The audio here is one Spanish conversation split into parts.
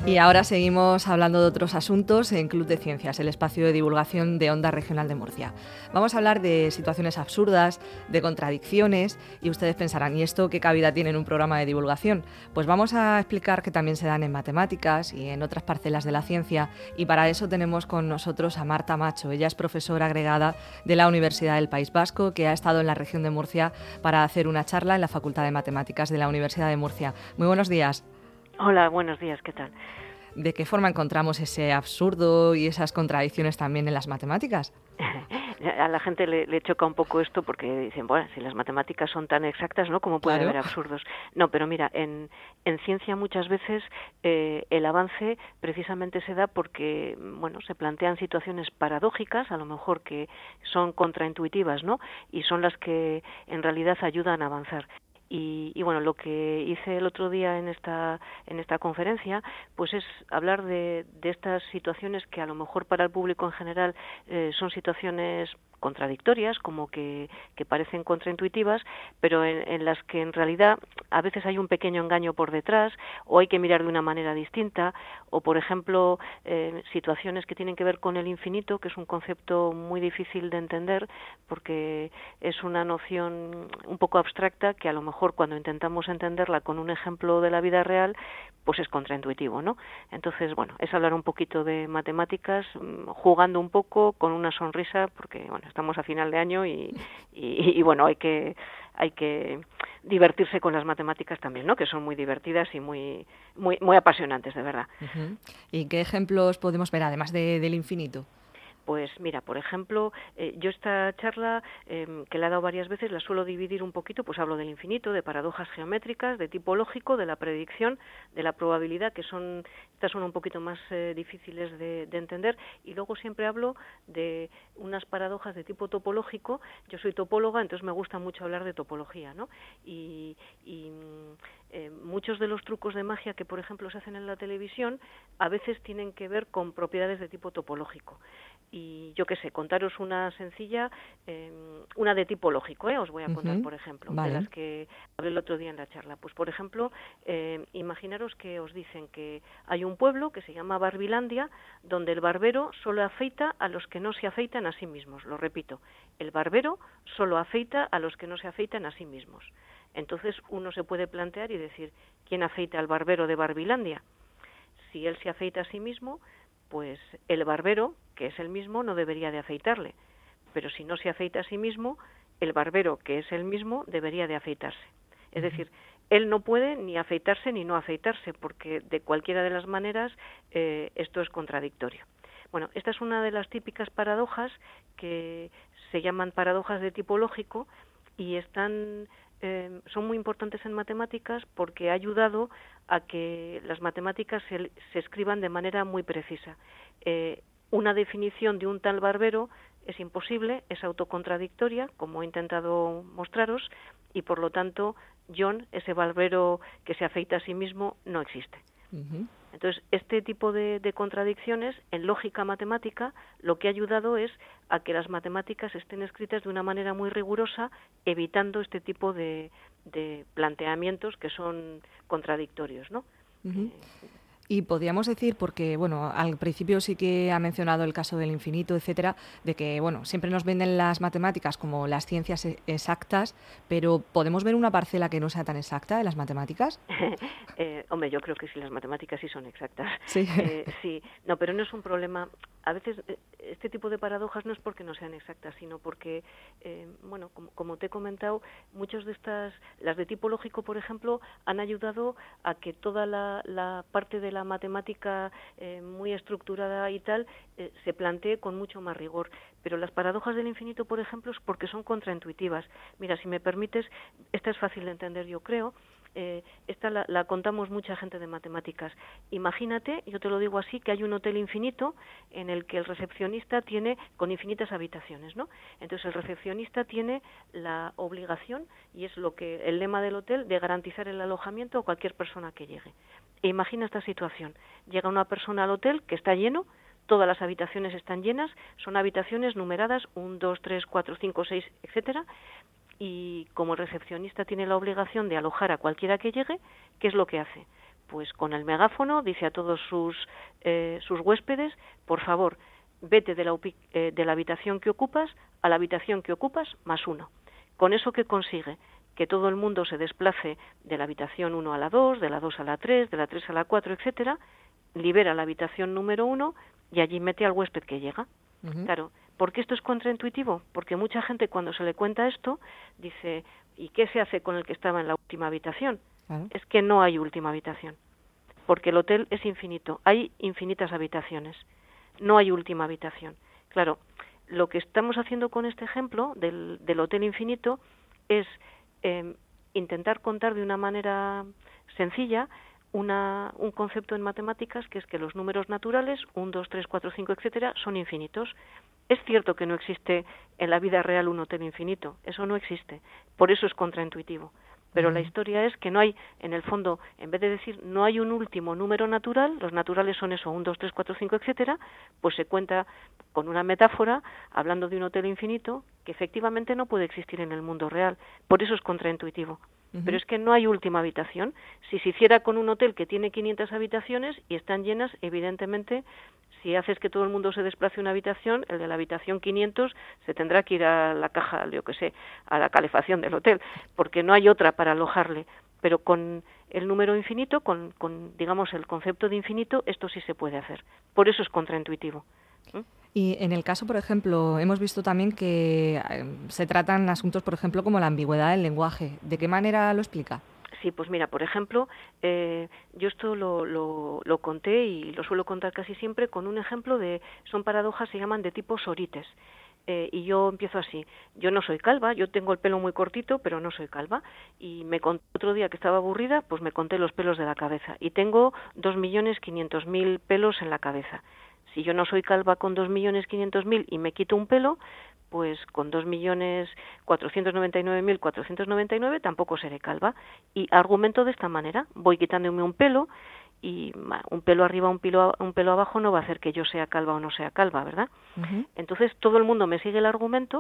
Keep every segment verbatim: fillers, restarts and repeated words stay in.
Y ahora seguimos hablando de otros asuntos en Club de Ciencias, el espacio de divulgación de Onda Regional de Murcia. Vamos a hablar de situaciones absurdas, de contradicciones, y ustedes pensarán, ¿y esto qué cabida tiene en un programa de divulgación? Pues vamos a explicar que también se dan en matemáticas y en otras parcelas de la ciencia, y para eso tenemos con nosotros a Marta Macho. Ella es profesora agregada de la Universidad del País Vasco, que ha estado en la región de Murcia para hacer una charla en la Facultad de Matemáticas de la Universidad de Murcia. Muy buenos días. Hola, buenos días, ¿qué tal? ¿De qué forma encontramos ese absurdo y esas contradicciones también en las matemáticas? A la gente le, le choca un poco esto porque dicen, bueno, si las matemáticas son tan exactas, ¿no? ¿Cómo puede Claro. haber absurdos? No, pero mira, en, en ciencia muchas veces eh, el avance precisamente se da porque, bueno, se plantean situaciones paradójicas, a lo mejor que son contraintuitivas, ¿no? Y son las que en realidad ayudan a avanzar. Y, y bueno, lo que hice el otro día en esta en esta conferencia, pues es hablar de, de estas situaciones que a lo mejor para el público en general eh, son situaciones contradictorias, como que, que parecen contraintuitivas, pero en, en las que en realidad a veces hay un pequeño engaño por detrás, o hay que mirar de una manera distinta, o por ejemplo, eh, situaciones que tienen que ver con el infinito, que es un concepto muy difícil de entender, porque es una noción un poco abstracta que a lo mejor cuando intentamos entenderla con un ejemplo de la vida real, pues es contraintuitivo, ¿no? Entonces, bueno, es hablar un poquito de matemáticas, jugando un poco, con una sonrisa, porque, bueno, estamos a final de año y, y, y bueno, hay que hay que divertirse con las matemáticas también, ¿no? Que son muy divertidas y muy muy muy apasionantes, de verdad. Uh-huh. ¿Y qué ejemplos podemos ver, además de, del infinito? Pues mira, por ejemplo, eh, yo esta charla eh, que la he dado varias veces la suelo dividir un poquito, pues hablo del infinito, de paradojas geométricas, de tipo lógico, de la predicción, de la probabilidad, que son, estas son un poquito más eh, difíciles de, de entender, y luego siempre hablo de unas paradojas de tipo topológico. Yo soy topóloga, entonces me gusta mucho hablar de topología, ¿no? Y, y eh, muchos de los trucos de magia que, por ejemplo, se hacen en la televisión, a veces tienen que ver con propiedades de tipo topológico. Y yo qué sé, contaros una sencilla, eh, una de tipo lógico, ¿eh? Os voy a contar, uh-huh. por ejemplo, vale. de las que hablé el otro día en la charla. Pues, por ejemplo, eh, imaginaros que os dicen que hay un pueblo que se llama Barbilandia, donde el barbero solo afeita a los que no se afeitan a sí mismos. Lo repito, el barbero solo afeita a los que no se afeitan a sí mismos. Entonces, uno se puede plantear y decir, ¿quién afeita al barbero de Barbilandia? Si él se afeita a sí mismo, pues el barbero, que es el mismo, no debería de afeitarle. Pero si no se afeita a sí mismo, el barbero, que es el mismo, debería de afeitarse. Es decir, él no puede ni afeitarse ni no afeitarse, porque de cualquiera de las maneras eh, esto es contradictorio. Bueno, esta es una de las típicas paradojas que se llaman paradojas de tipo lógico y están... Eh, son muy importantes en matemáticas porque ha ayudado a que las matemáticas se, se escriban de manera muy precisa. Eh, una definición de un tal barbero es imposible, es autocontradictoria, como he intentado mostraros, y por lo tanto John, ese barbero que se afeita a sí mismo, no existe. Uh-huh. Entonces, este tipo de, de contradicciones en lógica matemática lo que ha ayudado es a que las matemáticas estén escritas de una manera muy rigurosa, evitando este tipo de, de planteamientos que son contradictorios, ¿no? Uh-huh. Eh, Y podríamos decir, porque bueno, al principio sí que ha mencionado el caso del infinito, etcétera, de que bueno, siempre nos venden las matemáticas como las ciencias exactas, pero ¿podemos ver una parcela que no sea tan exacta de las matemáticas? eh, hombre, yo creo que sí, las matemáticas sí son exactas. Sí. Eh, sí, no, pero no es un problema. A veces eh, este tipo de paradojas no es porque no sean exactas, sino porque, eh, bueno, como, como te he comentado, muchas de estas, las de tipo lógico, por ejemplo, han ayudado a que toda la, la parte de la matemática eh, muy estructurada y tal eh, se plantee con mucho más rigor. Pero las paradojas del infinito, por ejemplo, es porque son contraintuitivas. Mira, si me permites, esta es fácil de entender, yo creo. Eh, esta la, la contamos mucha gente de matemáticas. Imagínate, yo te lo digo así, que hay un hotel infinito en el que el recepcionista tiene con infinitas habitaciones, ¿no? Entonces el recepcionista tiene la obligación, y es lo que el lema del hotel, de garantizar el alojamiento a cualquier persona que llegue. E imagina esta situación: llega una persona al hotel que está lleno, todas las habitaciones están llenas, son habitaciones numeradas uno, dos, tres, cuatro, cinco, seis, etcétera. Y como el recepcionista tiene la obligación de alojar a cualquiera que llegue, ¿qué es lo que hace? pues con el megáfono dice a todos sus, eh, sus huéspedes, por favor, vete de la, eh, de la habitación que ocupas a la habitación que ocupas más uno. ¿Con eso qué consigue? Que todo el mundo se desplace de la habitación uno a la dos, de la dos a la tres, de la tres a la cuatro, etcétera, libera la habitación número uno y allí mete al huésped que llega. Uh-huh. Claro, ¿por qué esto es contraintuitivo? Porque mucha gente cuando se le cuenta esto dice, ¿y qué se hace con el que estaba en la última habitación? Uh-huh. Es que no hay última habitación, porque el hotel es infinito, hay infinitas habitaciones, no hay última habitación. Claro, lo que estamos haciendo con este ejemplo del, del hotel infinito es eh, intentar contar de una manera sencilla Una, un concepto en matemáticas, que es que los números naturales, uno, dos, tres, cuatro, cinco, etcétera, son infinitos. Es cierto que no existe en la vida real un hotel infinito, eso no existe, por eso es contraintuitivo. Pero uh-huh. la historia es que no hay, en el fondo, en vez de decir no hay un último número natural, los naturales son eso, uno, dos, tres, cuatro, cinco, etcétera, pues se cuenta con una metáfora, hablando de un hotel infinito, que efectivamente no puede existir en el mundo real, por eso es contraintuitivo. Uh-huh. Pero es que no hay última habitación. Si se hiciera con un hotel que tiene quinientas habitaciones y están llenas, evidentemente, si haces que todo el mundo se desplace a una habitación, el de la habitación quinientos se tendrá que ir a la caja, yo qué sé, a la calefacción del hotel, porque no hay otra para alojarle. Pero con el número infinito, con, con digamos, el concepto de infinito, esto sí se puede hacer. Por eso es contraintuitivo. ¿Mm? Y en el caso, por ejemplo, hemos visto también que se tratan asuntos, por ejemplo, como la ambigüedad del lenguaje. ¿De qué manera lo explica? Sí, pues mira, por ejemplo, eh, yo esto lo, lo, lo conté y lo suelo contar casi siempre con un ejemplo de, son paradojas, se llaman de tipo sorites. Eh, y yo empiezo así, yo no soy calva, yo tengo el pelo muy cortito, pero no soy calva, y me conté otro día que estaba aburrida, pues me conté los pelos de la cabeza, y tengo dos millones quinientos mil pelos en la cabeza. Si yo no soy calva con dos millones quinientos mil y me quito un pelo, pues con dos millones cuatrocientos noventa y nueve mil cuatrocientos noventa y nueve tampoco seré calva. Y argumento de esta manera, voy quitándome un pelo, y un pelo arriba, un pelo, un pelo abajo no va a hacer que yo sea calva o no sea calva, ¿verdad? Uh-huh. Entonces todo el mundo me sigue el argumento,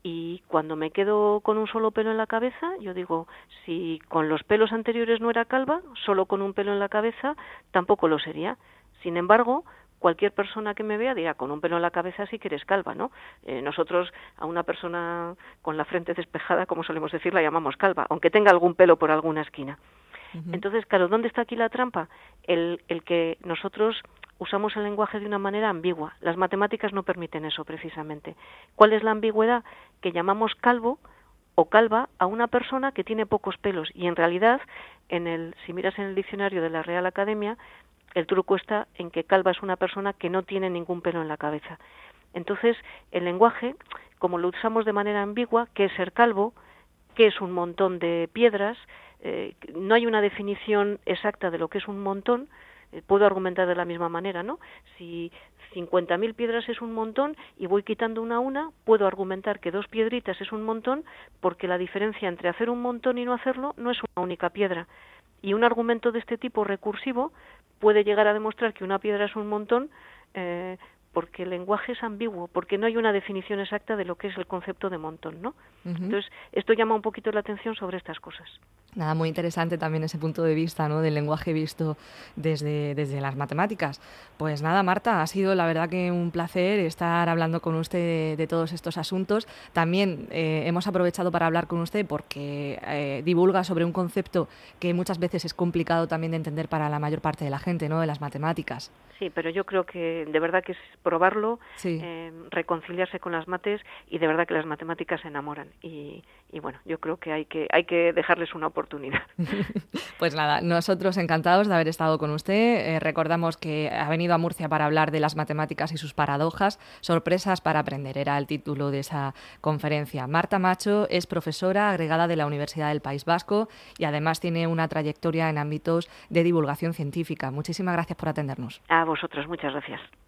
y cuando me quedo con un solo pelo en la cabeza, yo digo, si con los pelos anteriores no era calva, solo con un pelo en la cabeza tampoco lo sería. Sin embargo, cualquier persona que me vea dirá, con un pelo en la cabeza sí que eres calva, ¿no? Eh, nosotros a una persona con la frente despejada, como solemos decir, la llamamos calva, aunque tenga algún pelo por alguna esquina. Uh-huh. Entonces, claro, ¿dónde está aquí la trampa? El, el que nosotros usamos el lenguaje de una manera ambigua. Las matemáticas no permiten eso, precisamente. ¿Cuál es la ambigüedad? Que llamamos calvo o calva a una persona que tiene pocos pelos, y en realidad, en el, si miras en el diccionario de la Real Academia, el truco está en que calva es una persona que no tiene ningún pelo en la cabeza. Entonces, el lenguaje, como lo usamos de manera ambigua, ¿qué es ser calvo? ¿Qué es un montón de piedras? Eh, no hay una definición exacta de lo que es un montón. Eh, puedo argumentar de la misma manera, ¿no? Si cincuenta mil piedras es un montón y voy quitando una a una, puedo argumentar que dos piedritas es un montón, porque la diferencia entre hacer un montón y no hacerlo no es una única piedra. Y un argumento de este tipo recursivo puede llegar a demostrar que una piedra es un montón, eh, porque el lenguaje es ambiguo, porque no hay una definición exacta de lo que es el concepto de montón, ¿no? Uh-huh. Entonces, esto llama un poquito la atención sobre estas cosas. Nada, muy interesante también ese punto de vista, ¿no?, del lenguaje visto desde, desde las matemáticas. Pues nada, Marta, ha sido la verdad que un placer estar hablando con usted de, de todos estos asuntos. También eh, hemos aprovechado para hablar con usted porque eh, divulga sobre un concepto que muchas veces es complicado también de entender para la mayor parte de la gente, ¿no?, de las matemáticas. Sí, pero yo creo que de verdad que es probarlo, sí. eh, reconciliarse con las mates, y de verdad que las matemáticas se enamoran. Y, y bueno, yo creo que hay que hay que dejarles una oportunidad. Pues nada, nosotros encantados de haber estado con usted. Eh, recordamos que ha venido a Murcia para hablar de las matemáticas y sus paradojas. Sorpresas para aprender, era el título de esa conferencia. Marta Macho es profesora agregada de la Universidad del País Vasco y además tiene una trayectoria en ámbitos de divulgación científica. Muchísimas gracias por atendernos. A vosotros, muchas gracias.